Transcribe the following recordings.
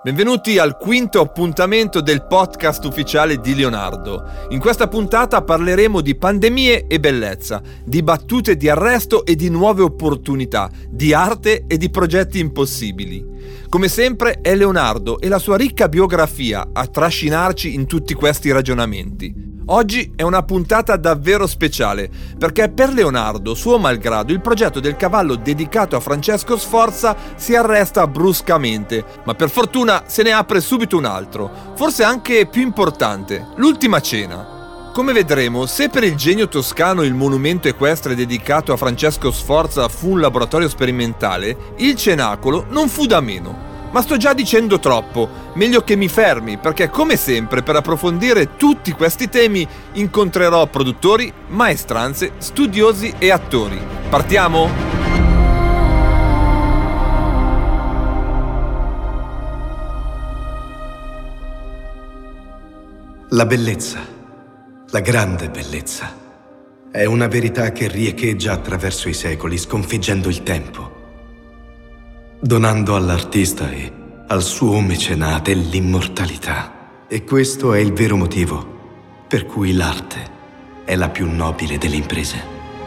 Benvenuti al quinto appuntamento del podcast ufficiale di Leonardo. In questa puntata parleremo di pandemie e bellezza, di battute di arresto e di nuove opportunità, di arte e di progetti impossibili. Come sempre è Leonardo e la sua ricca biografia a trascinarci in tutti questi ragionamenti. Oggi è una puntata davvero speciale, perché per Leonardo, suo malgrado, il progetto del cavallo dedicato a Francesco Sforza si arresta bruscamente, ma per fortuna se ne apre subito un altro, forse anche più importante, l'Ultima Cena. Come vedremo, se per il genio toscano il monumento equestre dedicato a Francesco Sforza fu un laboratorio sperimentale, il cenacolo non fu da meno. Ma sto già dicendo troppo, meglio che mi fermi, perché come sempre per approfondire tutti questi temi incontrerò produttori, maestranze, studiosi e attori. Partiamo? La bellezza, la grande bellezza, è una verità che riecheggia attraverso i secoli, sconfiggendo il tempo, donando all'artista e al suo mecenate l'immortalità. E questo è il vero motivo per cui l'arte è la più nobile delle imprese.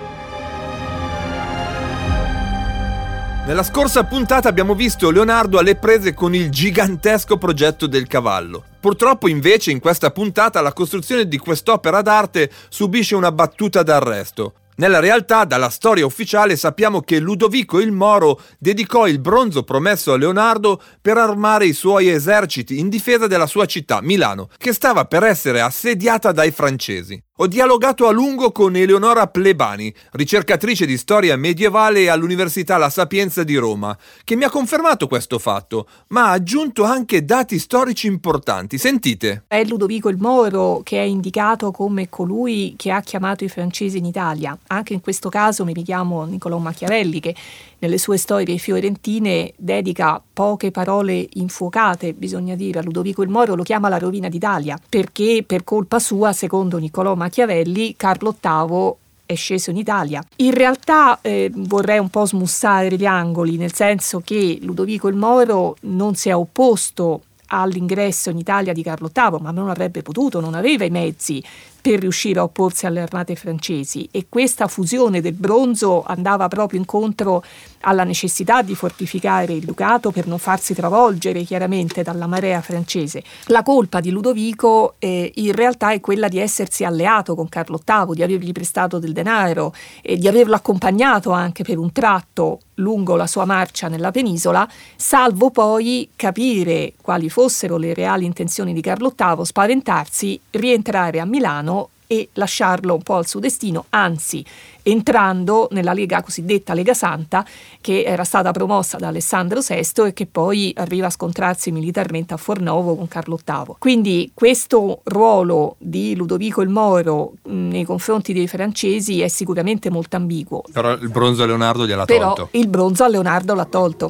Nella scorsa puntata abbiamo visto Leonardo alle prese con il gigantesco progetto del cavallo. Purtroppo invece in questa puntata la costruzione di quest'opera d'arte subisce una battuta d'arresto. Nella realtà, dalla storia ufficiale sappiamo che Ludovico il Moro dedicò il bronzo promesso a Leonardo per armare i suoi eserciti in difesa della sua città, Milano, che stava per essere assediata dai francesi. Ho dialogato a lungo con Eleonora Plebani, ricercatrice di storia medievale all'Università La Sapienza di Roma, che mi ha confermato questo fatto, ma ha aggiunto anche dati storici importanti. Sentite. È Ludovico il Moro che è indicato come colui che ha chiamato i francesi in Italia. Anche in questo caso mi richiamo Niccolò Machiavelli, che nelle sue storie fiorentine dedica poche parole infuocate, bisogna dire, a Ludovico il Moro, lo chiama la rovina d'Italia, perché per colpa sua, secondo Niccolò Machiavelli, Carlo VIII è sceso in Italia. In realtà vorrei un po' smussare gli angoli, nel senso che Ludovico il Moro non si è opposto all'ingresso in Italia di Carlo VIII, ma non avrebbe potuto, non aveva i mezzi per riuscire a opporsi alle armate francesi, e questa fusione del bronzo andava proprio incontro alla necessità di fortificare il ducato per non farsi travolgere chiaramente dalla marea francese. La colpa di Ludovico in realtà è quella di essersi alleato con Carlo VIII, di avergli prestato del denaro e di averlo accompagnato anche per un tratto lungo la sua marcia nella penisola, salvo poi capire quali fossero le reali intenzioni di Carlo VIII, spaventarsi, rientrare a Milano e lasciarlo un po' al suo destino, anzi entrando nella Lega cosiddetta Lega Santa, che era stata promossa da Alessandro VI e che poi arriva a scontrarsi militarmente a Fornovo con Carlo VIII. Quindi questo ruolo di Ludovico il Moro nei confronti dei francesi è sicuramente molto ambiguo. Però il bronzo a Leonardo gliel'ha tolto. Però il bronzo a Leonardo l'ha tolto.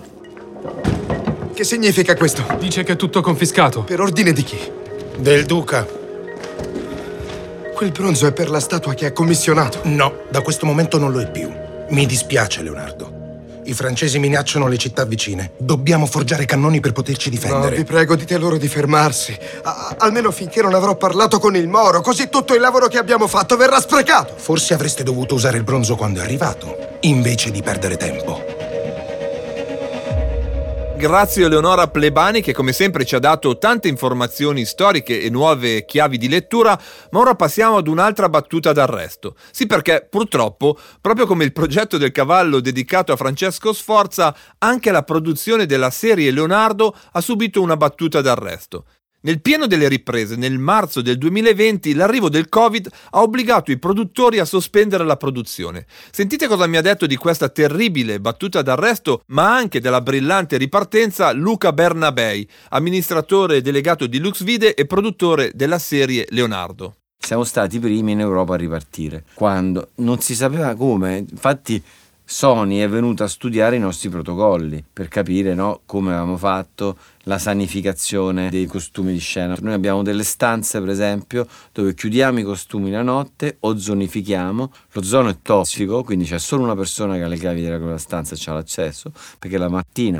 Che significa questo? Dice che è tutto confiscato. Per ordine di chi? Del duca. Quel bronzo è per la statua che ha commissionato. No, da questo momento non lo è più. Mi dispiace, Leonardo. I francesi minacciano le città vicine. Dobbiamo forgiare cannoni per poterci difendere. No, vi prego, dite loro di fermarsi. Almeno finché non avrò parlato con il Moro, così tutto il lavoro che abbiamo fatto verrà sprecato. Forse avreste dovuto usare il bronzo quando è arrivato, invece di perdere tempo. Grazie a Eleonora Plebani, che come sempre ci ha dato tante informazioni storiche e nuove chiavi di lettura, ma ora passiamo ad un'altra battuta d'arresto. Sì, perché purtroppo, proprio come il progetto del cavallo dedicato a Francesco Sforza, anche la produzione della serie Leonardo ha subito una battuta d'arresto. Nel pieno delle riprese, nel marzo del 2020, l'arrivo del Covid ha obbligato i produttori a sospendere la produzione. Sentite cosa mi ha detto di questa terribile battuta d'arresto, ma anche della brillante ripartenza, Luca Bernabei, amministratore delegato di Luxvide e produttore della serie Leonardo. Siamo stati i primi in Europa a ripartire, quando non si sapeva come. Infatti Sony è venuta a studiare i nostri protocolli per capire, no, come avevamo fatto la sanificazione dei costumi di scena. Noi abbiamo delle stanze, per esempio, dove chiudiamo i costumi la notte, ozonifichiamo, l'ozono è tossico, quindi c'è solo una persona che ha le chiavi della quella stanza e c'ha l'accesso, perché la mattina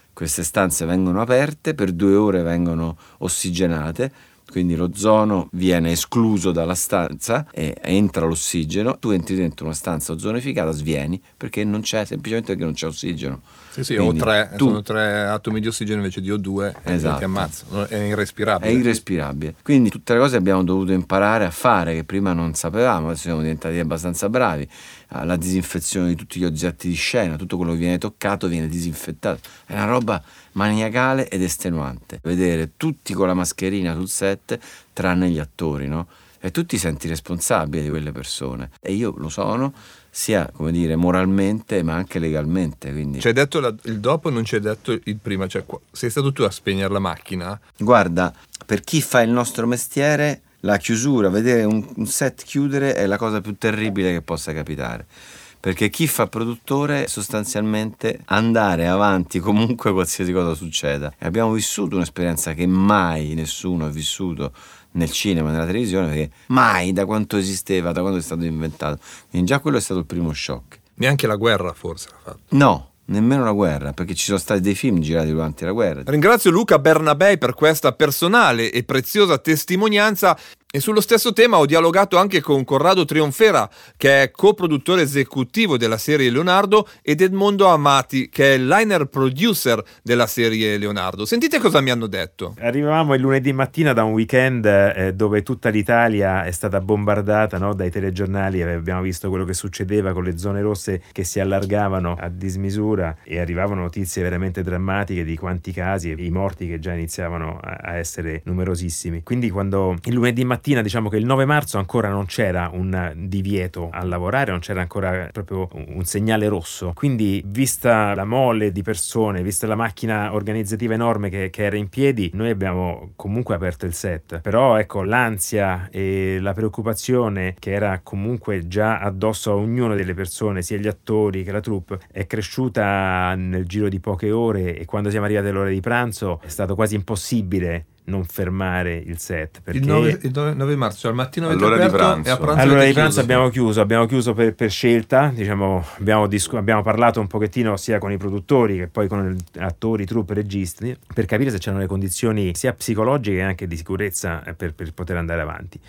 queste stanze vengono aperte, per 2 ore vengono ossigenate, quindi l'ozono viene escluso dalla stanza e entra l'ossigeno, tu entri dentro una stanza ozonificata, svieni perché non c'è, semplicemente perché non c'è ossigeno. Sì, Quindi sono 3 atomi di ossigeno invece di O2 Esatto. e ti ammazza, è irrespirabile. È irrespirabile. Quindi tutte le cose abbiamo dovuto imparare a fare che prima non sapevamo, adesso siamo diventati abbastanza bravi. La disinfezione di tutti gli oggetti di scena, tutto quello che viene toccato viene disinfettato. È una roba maniacale ed estenuante. Vedere tutti con la mascherina sul set, tranne gli attori, no? E tu ti senti responsabile di quelle persone. E io lo sono, sia, come dire, moralmente ma anche legalmente. Quindi Ci hai detto il dopo, non ci hai detto il prima, cioè sei stato tu a spegnere la macchina? guarda, per chi fa il nostro mestiere, la chiusura, vedere un set chiudere è la cosa più terribile che possa capitare. Perché chi fa produttore sostanzialmente andare avanti comunque qualsiasi cosa succeda. E abbiamo vissuto un'esperienza che mai nessuno ha vissuto nel cinema, nella televisione, perché mai, da quanto esisteva, da quando è stato inventato. Quindi già quello è stato il primo shock. Neanche la guerra forse l'ha fatto. No, nemmeno la guerra, perché ci sono stati dei film girati durante la guerra. Ringrazio Luca Bernabei per questa personale e preziosa testimonianza. E sullo stesso tema ho dialogato anche con Corrado Trionfera, che è coproduttore esecutivo della serie Leonardo, ed Edmondo Amati, che è il liner producer della serie Leonardo. Sentite cosa mi hanno detto. Arrivavamo il lunedì mattina da un weekend dove tutta l'Italia è stata bombardata, no, dai telegiornali. Abbiamo visto quello che succedeva con le zone rosse che si allargavano a dismisura e arrivavano notizie veramente drammatiche di quanti casi e i morti che già iniziavano a essere numerosissimi. Quindi quando il lunedì mattina, diciamo che il 9 marzo ancora non c'era un divieto a lavorare, non c'era ancora proprio un segnale rosso. Quindi, vista la mole di persone, vista la macchina organizzativa enorme che era in piedi, noi abbiamo comunque aperto il set. Però ecco, l'ansia e la preoccupazione che era comunque già addosso a ognuno delle persone, sia gli attori che la troupe, è cresciuta nel giro di poche ore, e quando siamo arrivati all'ora di pranzo è stato quasi impossibile non fermare il set, perché Il 9 marzo, cioè al mattino avete All'ora di aperto pranzo. e a pranzo all'ora avete di pranzo chiuso. abbiamo chiuso per scelta, diciamo. Abbiamo parlato un pochettino sia con i produttori che poi con attori, troupe, registi, per capire se c'erano le condizioni sia psicologiche che anche di sicurezza per poter andare avanti.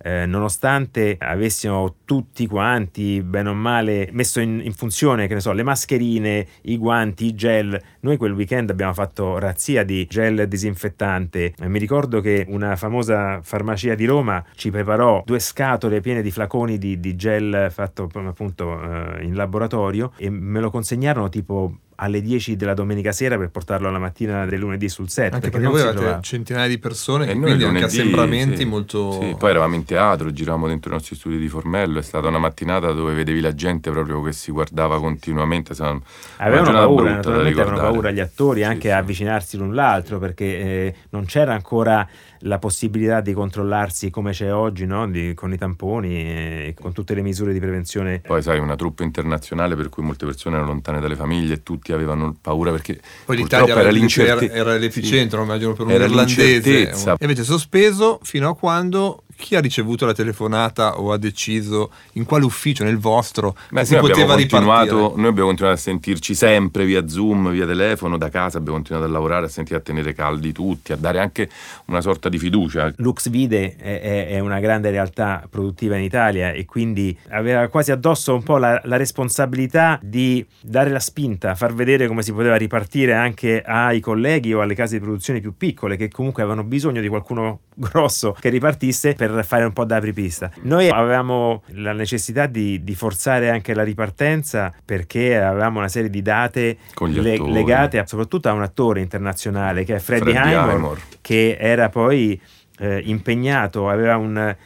Nonostante avessimo tutti quanti bene o male messo in funzione, che ne so, le mascherine, i guanti, i gel, noi quel weekend abbiamo fatto razzia di gel disinfettante. Mi ricordo che una famosa farmacia di Roma ci preparò 2 scatole piene di flaconi di gel fatto appunto in laboratorio, e me lo consegnarono tipo alle 10 della domenica sera per portarlo alla mattina del lunedì sul set. Anche perché non voi si avete trovava. centinaia di persone, E noi quindi anche lunedì, assembramenti sì, molto... sì. Poi eravamo in teatro, giravamo dentro i nostri studi di Formello, è stata una mattinata dove vedevi la gente proprio che si guardava continuamente. Avevano paura, naturalmente avevano ricordare. paura gli attori anche Sì, a sì. avvicinarsi l'un l'altro, perché non c'era ancora la possibilità di controllarsi come c'è oggi, no? Con i tamponi e con tutte le misure di prevenzione. Poi sai, una troupe internazionale per cui molte persone erano lontane dalle famiglie e tutti avevano paura, perché Poi purtroppo l'Italia era era l'epicentro, immagino, per un Era irlandese. l'incertezza. E avete sospeso fino a quando chi ha ricevuto la telefonata o ha deciso in quale ufficio, nel vostro, che si noi poteva ripartire? Noi abbiamo continuato a sentirci sempre via Zoom, via telefono, da casa abbiamo continuato a lavorare, a sentire, a tenere caldi tutti, a dare anche una sorta di fiducia. Lux Vide è una grande realtà produttiva in Italia, e quindi aveva quasi addosso un po' la responsabilità di dare la spinta, far vedere come si poteva ripartire anche ai colleghi o alle case di produzione più piccole, che comunque avevano bisogno di qualcuno grosso che ripartisse per fare un po' da apripista. Noi avevamo la necessità di forzare anche la ripartenza, perché avevamo una serie di date Con gli attori. legate soprattutto a un attore internazionale che è Freddie Freddie Highmore, Highmore. che era poi impegnato, aveva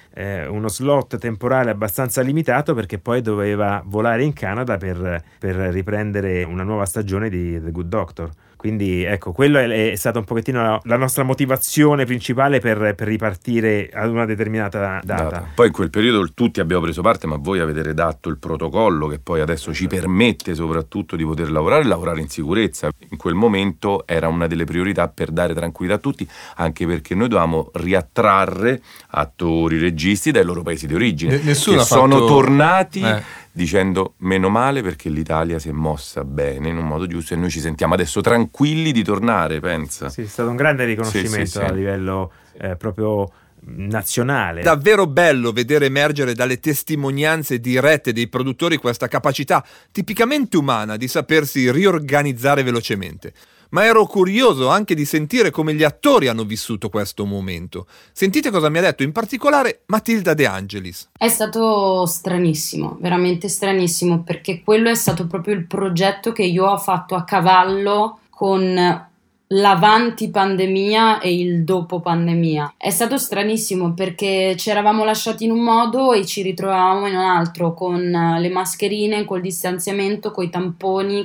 uno slot temporale abbastanza limitato, perché poi doveva volare in Canada per riprendere una nuova stagione di The Good Doctor. Quindi ecco, quello è stata un pochettino la nostra motivazione principale per ripartire ad una determinata data. Poi in quel periodo tutti abbiamo preso parte, ma voi avete redatto il protocollo che poi adesso ci permette soprattutto di poter lavorare in sicurezza. In quel momento era una delle priorità per dare tranquillità a tutti, anche perché noi dovevamo riattrarre attori, registi dai loro paesi di origine, Nessuno che ha fatto... sono tornati dicendo meno male perché l'Italia si è mossa bene in un modo giusto e noi ci sentiamo adesso tranquilli di tornare, pensa. Sì, è stato un grande riconoscimento a livello proprio nazionale. Davvero bello vedere emergere dalle testimonianze dirette dei produttori questa capacità tipicamente umana di sapersi riorganizzare velocemente. Ma ero curioso anche di sentire come gli attori hanno vissuto questo momento. Sentite cosa mi ha detto in particolare Matilda De Angelis. È stato stranissimo, veramente stranissimo, perché quello è stato proprio il progetto che io ho fatto a cavallo con l'avanti pandemia e il dopo pandemia. È stato stranissimo perché ci eravamo lasciati in un modo e ci ritrovavamo in un altro, con le mascherine, col distanziamento, coi tamponi,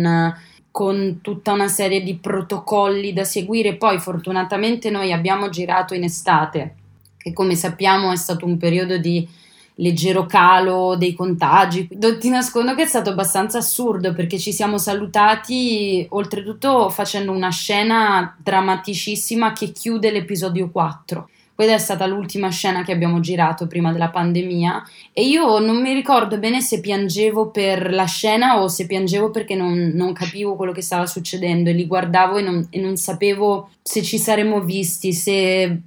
con tutta una serie di protocolli da seguire. Poi fortunatamente noi abbiamo girato in estate, che come sappiamo è stato un periodo di leggero calo dei contagi. Non ti nascondo che è stato abbastanza assurdo, perché ci siamo salutati oltretutto facendo una scena drammaticissima che chiude l'episodio 4. Quella è stata l'ultima scena che abbiamo girato prima della pandemia e io non mi ricordo bene se piangevo per la scena o se piangevo perché non capivo quello che stava succedendo e li guardavo e non sapevo se ci saremmo visti, se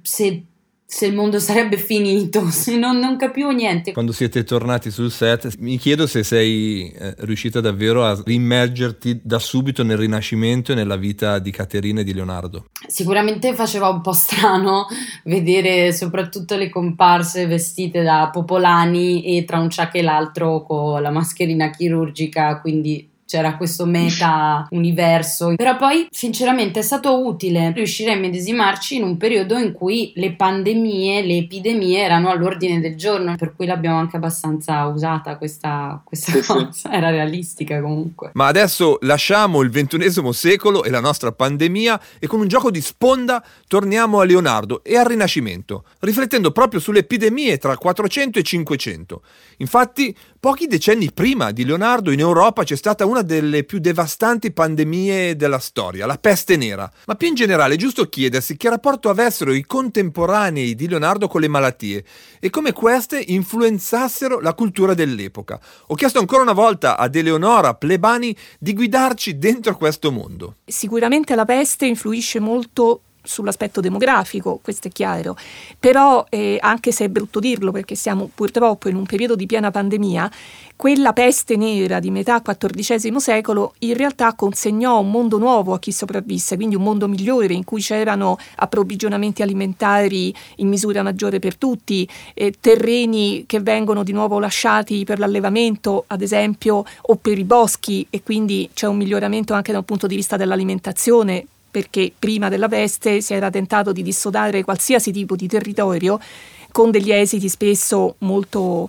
il mondo sarebbe finito, se non capivo niente. Quando siete tornati sul set, mi chiedo se sei riuscita davvero a immergerti da subito nel rinascimento e nella vita di Caterina e di Leonardo. Sicuramente faceva un po' strano vedere soprattutto le comparse vestite da popolani e tra un ciak e l'altro con la mascherina chirurgica, quindi c'era questo meta universo, però poi sinceramente è stato utile riuscire a immedesimarci in un periodo in cui le pandemie, le epidemie erano all'ordine del giorno, per cui l'abbiamo anche abbastanza usata questa cosa, era realistica comunque. Ma adesso lasciamo il XXI secolo e la nostra pandemia e con un gioco di sponda torniamo a Leonardo e al Rinascimento, riflettendo proprio sulle epidemie tra 400 e 500. Infatti, pochi decenni prima di Leonardo in Europa c'è stata una delle più devastanti pandemie della storia, la peste nera. Ma più in generale è giusto chiedersi che rapporto avessero i contemporanei di Leonardo con le malattie e come queste influenzassero la cultura dell'epoca. Ho chiesto ancora una volta ad Eleonora Plebani di guidarci dentro questo mondo. Sicuramente la peste influisce molto sull'aspetto demografico, questo è chiaro, però anche se è brutto dirlo perché siamo purtroppo in un periodo di piena pandemia, quella peste nera di metà XIV secolo in realtà consegnò un mondo nuovo a chi sopravvisse, quindi un mondo migliore in cui c'erano approvvigionamenti alimentari in misura maggiore per tutti, terreni che vengono di nuovo lasciati per l'allevamento ad esempio o per i boschi, e quindi c'è un miglioramento anche da un punto di vista dell'alimentazione, perché prima della peste si era tentato di dissodare qualsiasi tipo di territorio con degli esiti spesso molto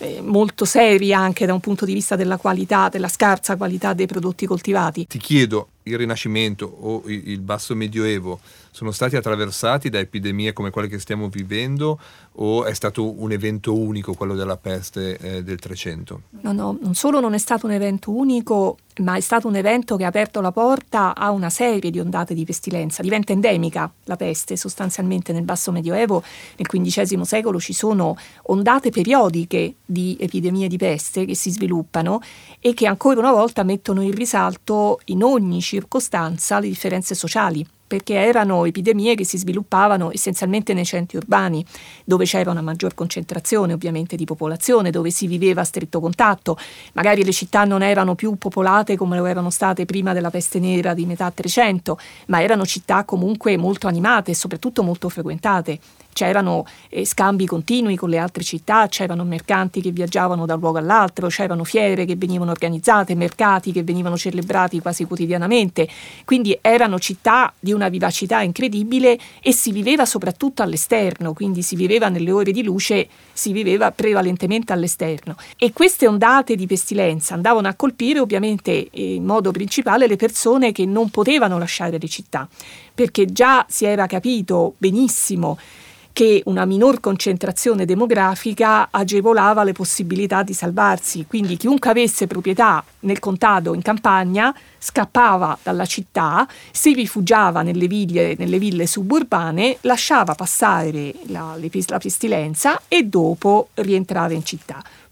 seri anche da un punto di vista della qualità, della scarsa qualità dei prodotti coltivati. Ti chiedo, il Rinascimento o il Basso Medioevo sono stati attraversati da epidemie come quelle che stiamo vivendo o è stato un evento unico quello della peste del 300? No, non solo non è stato un evento unico, ma è stato un evento che ha aperto la porta a una serie di ondate di pestilenza. Diventa endemica la peste sostanzialmente nel Basso Medioevo. Nel XV secolo ci sono ondate periodiche di epidemie di peste che si sviluppano e che ancora una volta mettono in risalto in ogni circostanza le differenze sociali, perché erano epidemie che si sviluppavano essenzialmente nei centri urbani, dove c'era una maggior concentrazione ovviamente di popolazione, dove si viveva a stretto contatto. Magari le città non erano più popolate come lo erano state prima della peste nera di metà 300, ma erano città comunque molto animate e soprattutto molto frequentate. C'erano scambi continui con le altre città, c'erano mercanti che viaggiavano da un luogo all'altro, c'erano fiere che venivano organizzate, mercati che venivano celebrati quasi quotidianamente, quindi erano città di una vivacità incredibile e si viveva soprattutto all'esterno, quindi si viveva nelle ore di luce, si viveva prevalentemente all'esterno. E queste ondate di pestilenza andavano a colpire ovviamente in modo principale le persone che non potevano lasciare le città, perché già si era capito benissimo che una minor concentrazione demografica agevolava le possibilità di salvarsi, quindi chiunque avesse proprietà nel contado in campagna scappava dalla città, si rifugiava nelle ville suburbane, lasciava passare la pestilenza e dopo rientrava in città.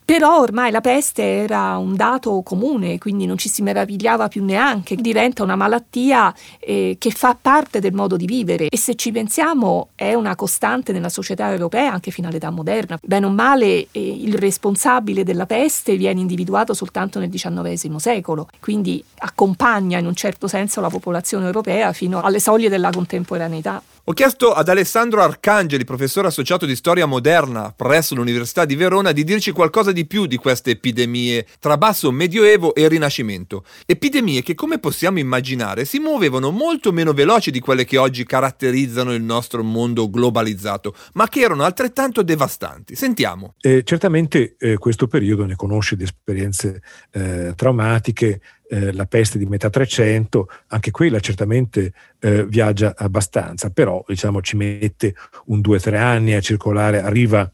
Però ormai la peste era un dato comune, quindi non ci si meravigliava più neanche. Diventa una malattia che fa parte del modo di vivere, e se ci pensiamo è una costante nella società europea anche fino all'età moderna. Bene o male, il responsabile della peste viene individuato soltanto nel XIX secolo, quindi accompagna in un certo senso la popolazione europea fino alle soglie della contemporaneità. Ho chiesto ad Alessandro Arcangeli, professore associato di storia moderna presso l'Università di Verona, di dirci qualcosa di più di queste epidemie tra basso medioevo e Rinascimento. Epidemie che, come possiamo immaginare, si muovevano molto meno veloci di quelle che oggi caratterizzano il nostro mondo globalizzato, ma che erano altrettanto devastanti. Sentiamo. Certamente questo periodo ne conosce di esperienze traumatiche. La peste di metà 300, anche quella certamente viaggia abbastanza, però diciamo ci mette un 2-3 anni a circolare, arriva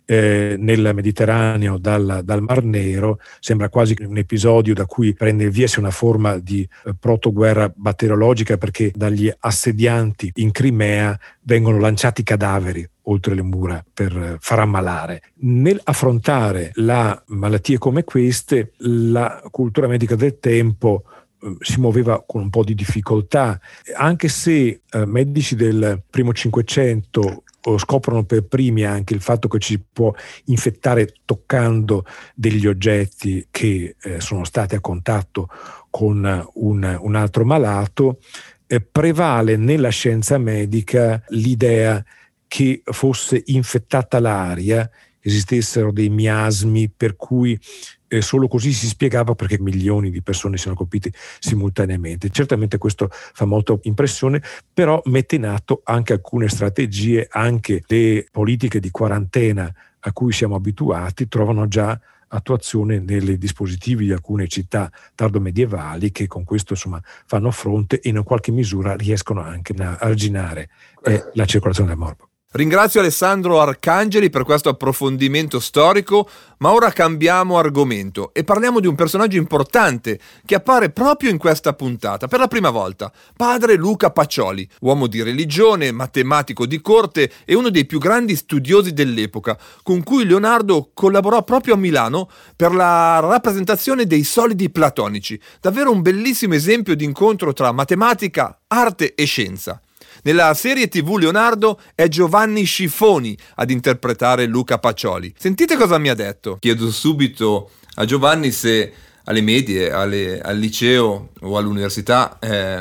nel Mediterraneo dal Mar Nero, sembra quasi un episodio da cui prende il via sia una forma di protoguerra batteriologica, perché dagli assedianti in Crimea vengono lanciati cadaveri oltre le mura per far ammalare. Nel affrontare malattie come queste, la cultura medica del tempo si muoveva con un po' di difficoltà, anche se medici del primo Cinquecento scoprono per primi anche il fatto che ci si può infettare toccando degli oggetti che sono stati a contatto con un altro malato. Prevale nella scienza medica l'idea che fosse infettata l'aria, esistessero dei miasmi per cui solo così si spiegava perché milioni di persone siano colpite simultaneamente. Certamente questo fa molta impressione, però mette in atto anche alcune strategie, anche le politiche di quarantena a cui siamo abituati trovano già attuazione nei dispositivi di alcune città tardomedievali che con questo insomma fanno fronte e in qualche misura riescono anche a arginare la circolazione del morbo. Ringrazio Alessandro Arcangeli per questo approfondimento storico, ma ora cambiamo argomento e parliamo di un personaggio importante che appare proprio in questa puntata per la prima volta, padre Luca Pacioli, uomo di religione, matematico di corte e uno dei più grandi studiosi dell'epoca, con cui Leonardo collaborò proprio a Milano per la rappresentazione dei solidi platonici, davvero un bellissimo esempio di incontro tra matematica, arte e scienza. Nella serie TV Leonardo è Giovanni Scifoni ad interpretare Luca Pacioli. Sentite cosa mi ha detto. Chiedo subito a Giovanni se alle medie, al liceo o all'università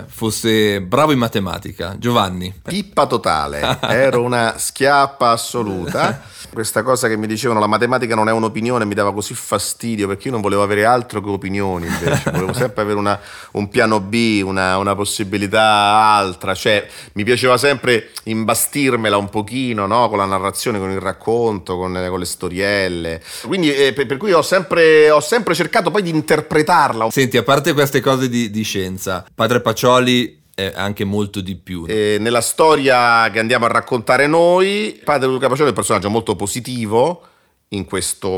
fosse bravo in matematica. Giovanni. Pippa totale, ero una schiappa assoluta. Questa cosa che mi dicevano la matematica non è un'opinione mi dava così fastidio, perché io non volevo avere altro che opinioni, invece volevo sempre avere un piano B, una possibilità altra, cioè mi piaceva sempre imbastirmela un pochino, no? Con la narrazione, con il racconto, con le storielle, quindi per cui ho sempre cercato poi di interpretarla. Senti, a parte queste cose di scienza, padre Pacioli è anche molto di più. Nella storia che andiamo a raccontare noi, padre Luca Pacioli è un personaggio molto positivo in questo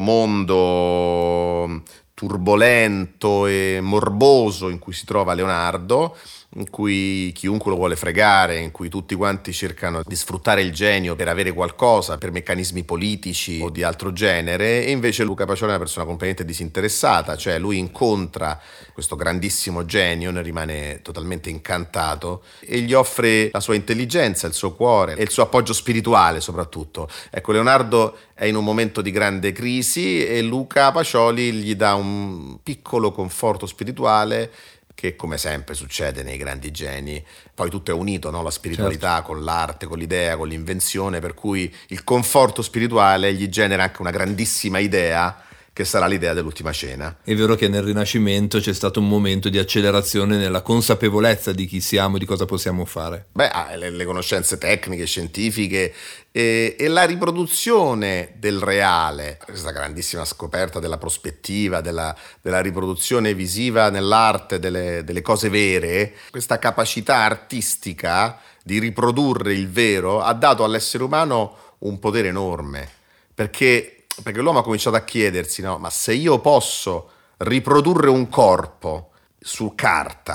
mondo turbolento e morboso in cui si trova Leonardo, in cui chiunque lo vuole fregare, in cui tutti quanti cercano di sfruttare il genio per avere qualcosa, per meccanismi politici o di altro genere, e invece Luca Pacioli è una persona completamente disinteressata, cioè lui incontra questo grandissimo genio, ne rimane totalmente incantato e gli offre la sua intelligenza, il suo cuore e il suo appoggio spirituale soprattutto. Ecco, Leonardo è in un momento di grande crisi e Luca Pacioli gli dà un piccolo conforto spirituale che, come sempre succede nei grandi geni, poi tutto è unito, no? La spiritualità, certo, con l'arte, con l'idea, con l'invenzione, per cui il conforto spirituale gli genera anche una grandissima idea, che sarà l'idea dell'Ultima Cena. È vero che nel Rinascimento c'è stato un momento di accelerazione nella consapevolezza di chi siamo e di cosa possiamo fare. Le conoscenze tecniche, scientifiche e la riproduzione del reale, questa grandissima scoperta della prospettiva, della riproduzione visiva nell'arte delle cose vere, questa capacità artistica di riprodurre il vero ha dato all'essere umano un potere enorme, perché l'uomo ha cominciato a chiedersi, no, ma se io posso riprodurre un corpo su carta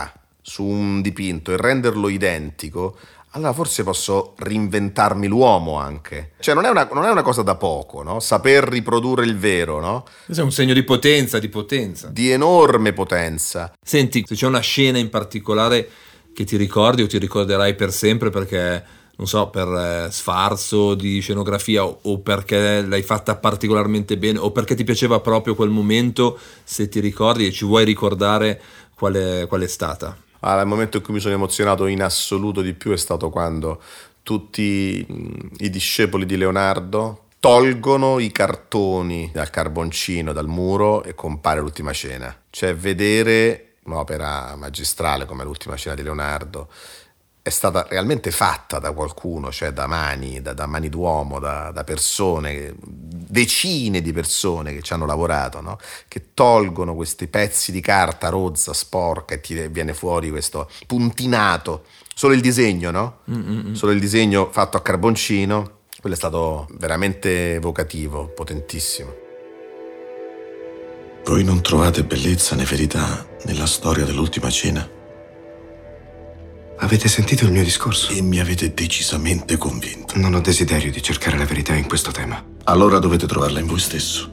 su un dipinto e renderlo identico, allora forse posso reinventarmi l'uomo anche. Cioè non è una cosa da poco, no? Saper riprodurre il vero, no? Questo è un segno di potenza. Di enorme potenza. Senti, se c'è una scena in particolare che ti ricordi o ti ricorderai per sempre perché, non so, per sfarzo di scenografia o perché l'hai fatta particolarmente bene o perché ti piaceva proprio quel momento, se ti ricordi e ci vuoi ricordare qual è stata? Il momento in cui mi sono emozionato in assoluto di più è stato quando tutti i discepoli di Leonardo tolgono i cartoni dal carboncino, dal muro, e compare l'Ultima Cena. Cioè vedere un'opera magistrale come l'Ultima Cena di Leonardo è stata realmente fatta da qualcuno, cioè da mani d'uomo, da persone, decine di persone che ci hanno lavorato, no? Che tolgono questi pezzi di carta rozza, sporca, e ti viene fuori questo puntinato, solo il disegno, no? Solo il disegno fatto a carboncino, quello è stato veramente evocativo, potentissimo. Voi non trovate bellezza né verità nella storia dell'Ultima Cena? Avete sentito il mio discorso? E mi avete decisamente convinto. Non ho desiderio di cercare la verità in questo tema. Allora dovete trovarla in voi stesso.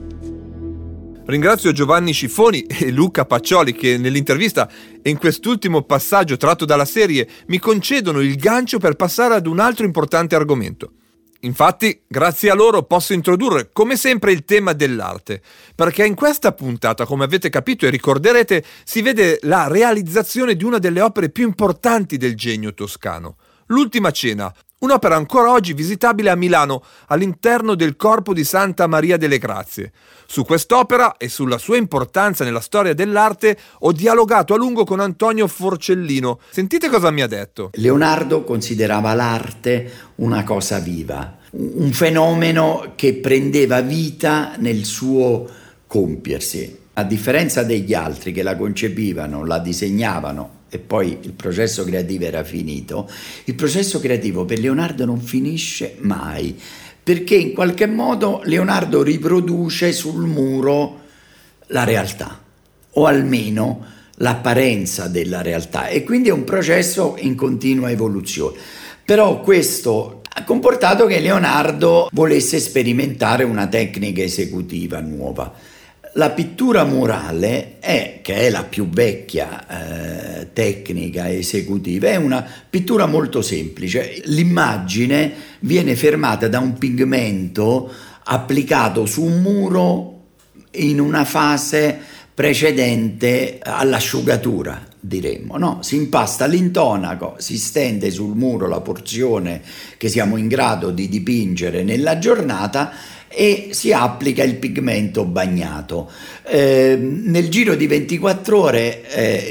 Ringrazio Giovanni Sciffoni e Luca Paccioli che nell'intervista e in quest'ultimo passaggio tratto dalla serie mi concedono il gancio per passare ad un altro importante argomento. Infatti, grazie a loro posso introdurre, come sempre, il tema dell'arte, perché in questa puntata, come avete capito e ricorderete, si vede la realizzazione di una delle opere più importanti del genio toscano, l'Ultima Cena, un'opera ancora oggi visitabile a Milano, all'interno del Corpo di Santa Maria delle Grazie. Su quest'opera e sulla sua importanza nella storia dell'arte ho dialogato a lungo con Antonio Forcellino. Sentite cosa mi ha detto. Leonardo considerava l'arte una cosa viva, un fenomeno che prendeva vita nel suo compiersi. A differenza degli altri che la concepivano, la disegnavano e poi il processo creativo era finito, il processo creativo per Leonardo non finisce mai, perché in qualche modo Leonardo riproduce sul muro la realtà, o almeno l'apparenza della realtà, e quindi è un processo in continua evoluzione. Però questo ha comportato che Leonardo volesse sperimentare una tecnica esecutiva nuova. La pittura murale che è la più vecchia tecnica esecutiva, è una pittura molto semplice. L'immagine viene fermata da un pigmento applicato su un muro in una fase precedente all'asciugatura, diremmo, no? Si impasta l'intonaco, si stende sul muro la porzione che siamo in grado di dipingere nella giornata e si applica il pigmento bagnato. Nel giro di 24 ore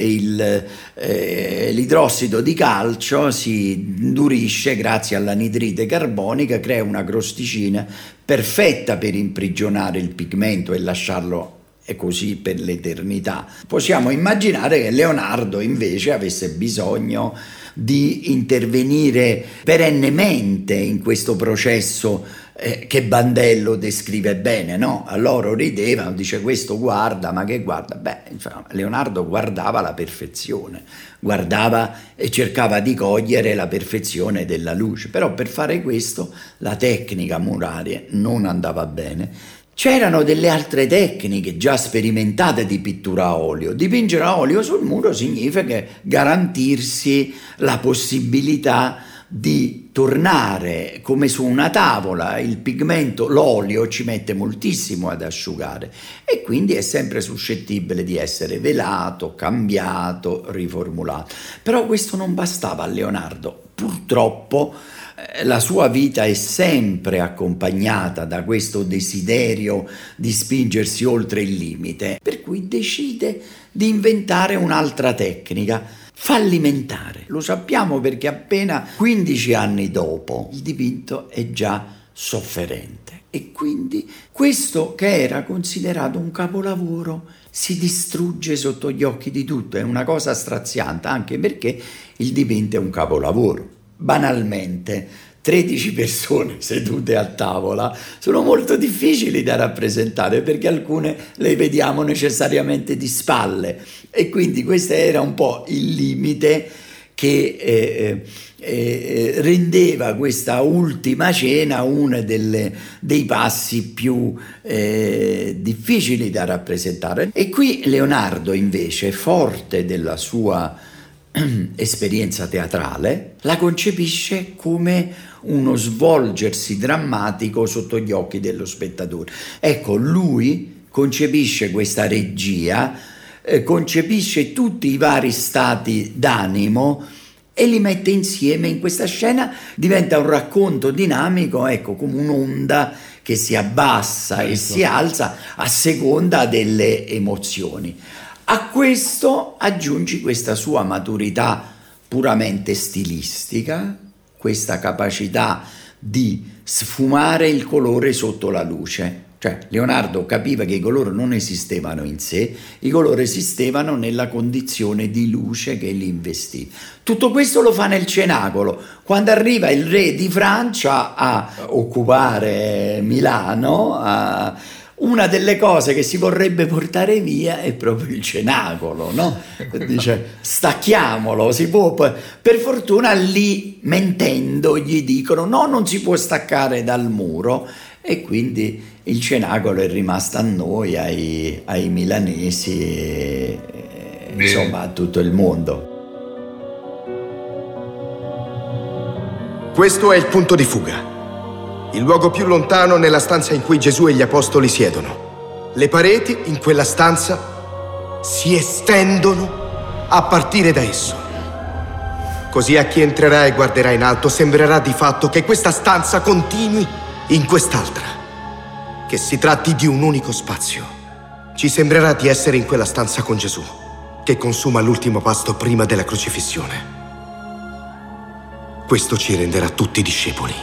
l'idrossido di calcio si indurisce grazie all'anidride carbonica, crea una crosticina perfetta per imprigionare il pigmento e lasciarlo così per l'eternità. Possiamo immaginare che Leonardo invece avesse bisogno di intervenire perennemente in questo processo che Bandello descrive bene, no? A loro ridevano, dice questo guarda, ma che guarda? Leonardo guardava la perfezione, guardava e cercava di cogliere la perfezione della luce, però per fare questo la tecnica muraria non andava bene. C'erano delle altre tecniche già sperimentate di pittura a olio. Dipingere a olio sul muro significa garantirsi la possibilità di tornare come su una tavola. Il pigmento, l'olio ci mette moltissimo ad asciugare e quindi è sempre suscettibile di essere velato, cambiato, riformulato. Però questo non bastava a Leonardo. Purtroppo la sua vita è sempre accompagnata da questo desiderio di spingersi oltre il limite, per cui decide di inventare un'altra tecnica fallimentare. Lo sappiamo perché appena 15 anni dopo il dipinto è già sofferente e quindi questo che era considerato un capolavoro si distrugge sotto gli occhi di tutti. È una cosa straziante, anche perché il dipinto è un capolavoro. Banalmente, 13 persone sedute a tavola sono molto difficili da rappresentare, perché alcune le vediamo necessariamente di spalle, e quindi questo era un po' il limite che rendeva questa ultima cena uno dei passi più difficili da rappresentare. E qui Leonardo invece, forte della sua esperienza teatrale, la concepisce come uno svolgersi drammatico sotto gli occhi dello spettatore. Ecco, lui concepisce questa regia, concepisce tutti i vari stati d'animo e li mette insieme in questa scena. Diventa un racconto dinamico, ecco, come un'onda che si abbassa e si alza a seconda delle emozioni. A questo aggiungi questa sua maturità puramente stilistica, questa capacità di sfumare il colore sotto la luce. Cioè, Leonardo capiva che i colori non esistevano in sé, i colori esistevano nella condizione di luce che li investiva. Tutto questo lo fa nel Cenacolo. Quando arriva il re di Francia a occupare Milano, una delle cose che si vorrebbe portare via è proprio il Cenacolo, no? Dice, stacchiamolo, si può. Per fortuna lì, mentendo, gli dicono no, non si può staccare dal muro, e quindi il Cenacolo è rimasto a noi, ai milanesi e insomma a tutto il mondo. Questo è il punto di fuga. Il luogo più lontano nella stanza in cui Gesù e gli apostoli siedono. Le pareti in quella stanza si estendono a partire da esso. Così a chi entrerà e guarderà in alto sembrerà di fatto che questa stanza continui in quest'altra, che si tratti di un unico spazio. Ci sembrerà di essere in quella stanza con Gesù, che consuma l'ultimo pasto prima della crocifissione. Questo ci renderà tutti discepoli.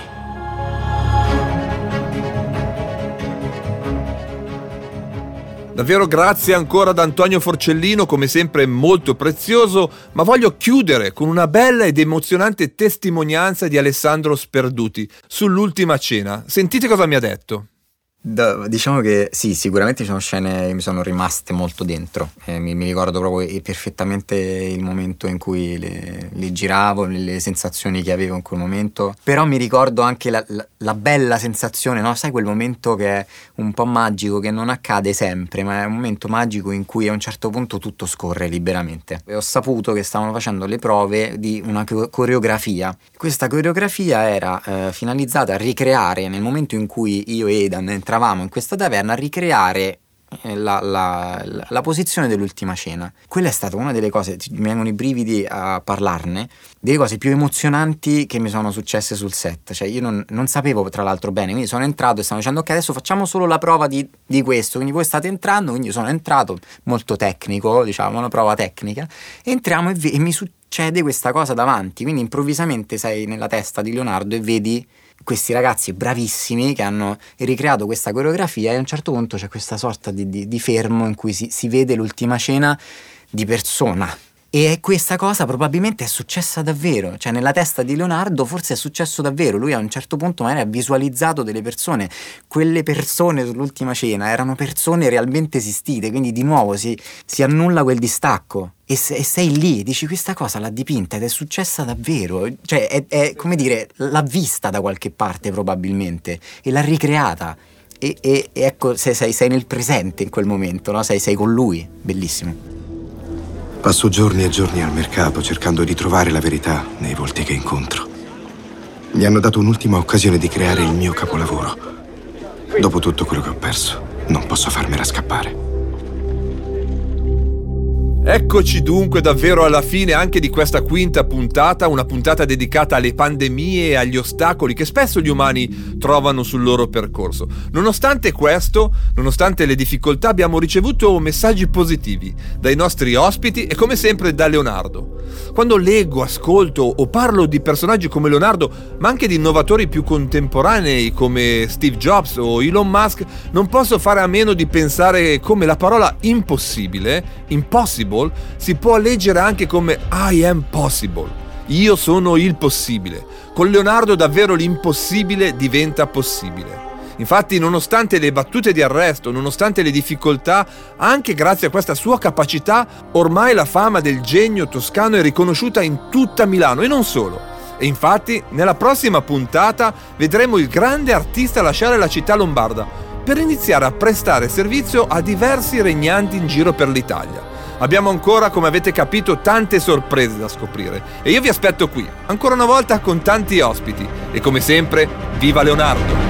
Davvero grazie ancora ad Antonio Forcellino, come sempre molto prezioso, ma voglio chiudere con una bella ed emozionante testimonianza di Alessandro Sperduti sull'Ultima Cena. Sentite cosa mi ha detto. Diciamo che sì, sicuramente ci sono scene che mi sono rimaste molto dentro, mi ricordo proprio perfettamente il momento in cui le giravo, le sensazioni che avevo in quel momento, però mi ricordo anche la bella sensazione, no? Sai, quel momento che è un po' magico, che non accade sempre, ma è un momento magico in cui a un certo punto tutto scorre liberamente. E ho saputo che stavano facendo le prove di una coreografia. Questa coreografia era finalizzata a ricreare, nel momento in cui io e Aidan entravamo in questa taverna, a ricreare la posizione dell'Ultima Cena. Quella è stata una delle cose, mi vengono i brividi a parlarne, delle cose più emozionanti che mi sono successe sul set. Cioè io non sapevo tra l'altro bene, quindi sono entrato e stanno dicendo ok, adesso facciamo solo la prova di questo, quindi voi state entrando, quindi io sono entrato, molto tecnico, diciamo, una prova tecnica, entriamo e mi succede questa cosa davanti, quindi improvvisamente sei nella testa di Leonardo e vedi questi ragazzi bravissimi che hanno ricreato questa coreografia, e a un certo punto c'è questa sorta di fermo in cui si vede l'Ultima Cena di persona. E questa cosa probabilmente è successa davvero, cioè nella testa di Leonardo forse è successo davvero. Lui a un certo punto magari ha visualizzato delle persone, quelle persone sull'Ultima Cena erano persone realmente esistite, quindi di nuovo si annulla quel distacco e sei lì, dici questa cosa l'ha dipinta ed è successa davvero, cioè è come dire, l'ha vista da qualche parte probabilmente e l'ha ricreata. E ecco, sei nel presente in quel momento, no? Sei con lui, bellissimo. Passo giorni e giorni al mercato cercando di trovare la verità nei volti che incontro. Mi hanno dato un'ultima occasione di creare il mio capolavoro. Dopo tutto quello che ho perso, non posso farmela scappare. Eccoci dunque davvero alla fine anche di questa quinta puntata, una puntata dedicata alle pandemie e agli ostacoli che spesso gli umani trovano sul loro percorso. Nonostante questo, nonostante le difficoltà, abbiamo ricevuto messaggi positivi dai nostri ospiti e come sempre da Leonardo. Quando leggo, ascolto o parlo di personaggi come Leonardo, ma anche di innovatori più contemporanei come Steve Jobs o Elon Musk, non posso fare a meno di pensare come la parola impossibile, impossible, si può leggere anche come I am possible. Io sono il possibile. Con Leonardo davvero l'impossibile diventa possibile. Infatti, nonostante le battute di arresto, nonostante le difficoltà, anche grazie a questa sua capacità, ormai la fama del genio toscano è riconosciuta in tutta Milano e non solo. E infatti, nella prossima puntata vedremo il grande artista lasciare la città lombarda per iniziare a prestare servizio a diversi regnanti in giro per l'Italia. Abbiamo ancora, come avete capito, tante sorprese da scoprire e io vi aspetto qui, ancora una volta con tanti ospiti. E come sempre, viva Leonardo!